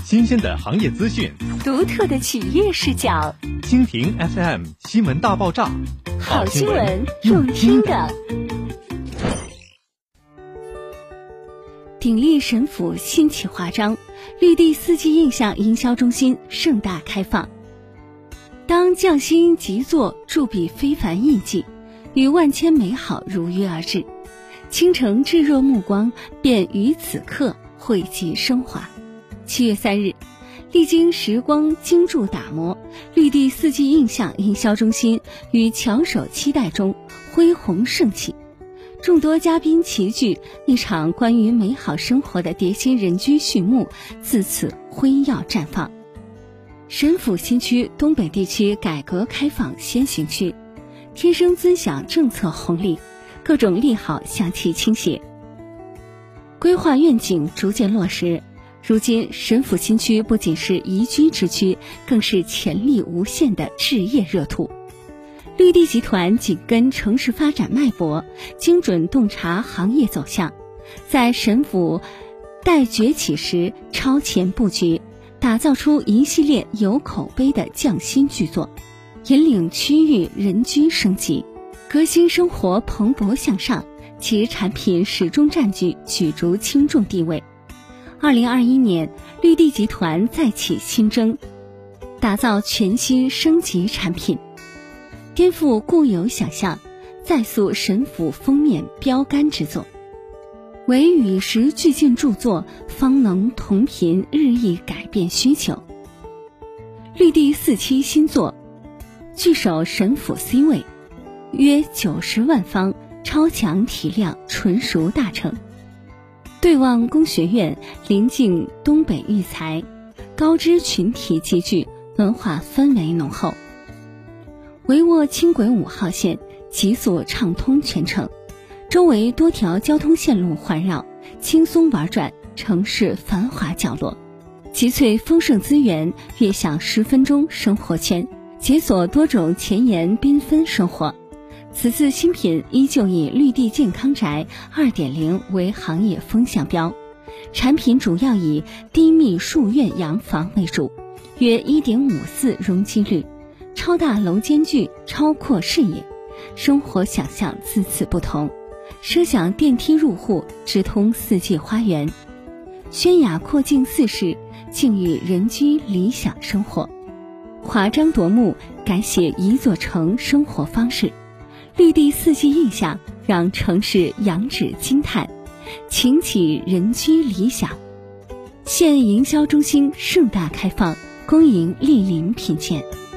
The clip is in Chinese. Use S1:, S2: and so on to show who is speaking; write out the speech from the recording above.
S1: 新鲜的行业资讯，
S2: 独特的企业视角。
S1: 蜻蜓 FM 新闻大爆炸，
S2: 好新闻用听的。鼎力神府新企划章，绿地4G印象营销中心盛大开放。当匠心极作铸笔非凡印记，与万千美好如约而至，倾城炙热目光便于此刻汇集升华。7月3日，历经时光精铸打磨，绿地4G印象营销中心于翘首期待中恢宏盛起。众多嘉宾齐聚，一场关于美好生活的叠心人居序幕自此辉耀绽放。神府新区东北地区改革开放先行区，天生尊享政策红利，各种利好向其倾斜。规划愿景逐渐落实，如今神府新区不仅是宜居之区，更是潜力无限的置业热土。绿地集团紧跟城市发展脉搏，精准洞察行业走向，在神府待崛起时超前布局，打造出一系列有口碑的匠心巨作，引领区域人居升级，革新生活蓬勃向上，其产品始终占据举足轻重地位。2021年，绿地集团再起新征，打造全新升级产品，颠覆固有想象，再塑神府封面标杆之作。唯与时俱进著作，方能同频日益改变需求。绿地4期新作，据守神府 C 位，约90万方，超强体量，纯熟大成。对望工学院，临近东北育才，高知群体集聚，文化氛围浓厚。围握轻轨5号线，急速畅通全程，周围多条交通线路环绕，轻松玩转城市繁华角落，集萃丰盛资源，悦享10分钟生活圈，解锁多种前沿缤纷生活。此次新品依旧以绿地健康宅 2.0 为行业风向标，产品主要以低密树院洋房为主，约 1.54 容积率，超大楼间距，超阔视野，生活想象自此不同。奢享电梯入户，直通4季花园，轩雅阔境4室，境遇人居理想生活。华章夺目，改写一座城生活方式。绿地4G印象让城市仰止惊叹，擎起人居理想。现营销中心盛大开放，恭迎莅临品鉴。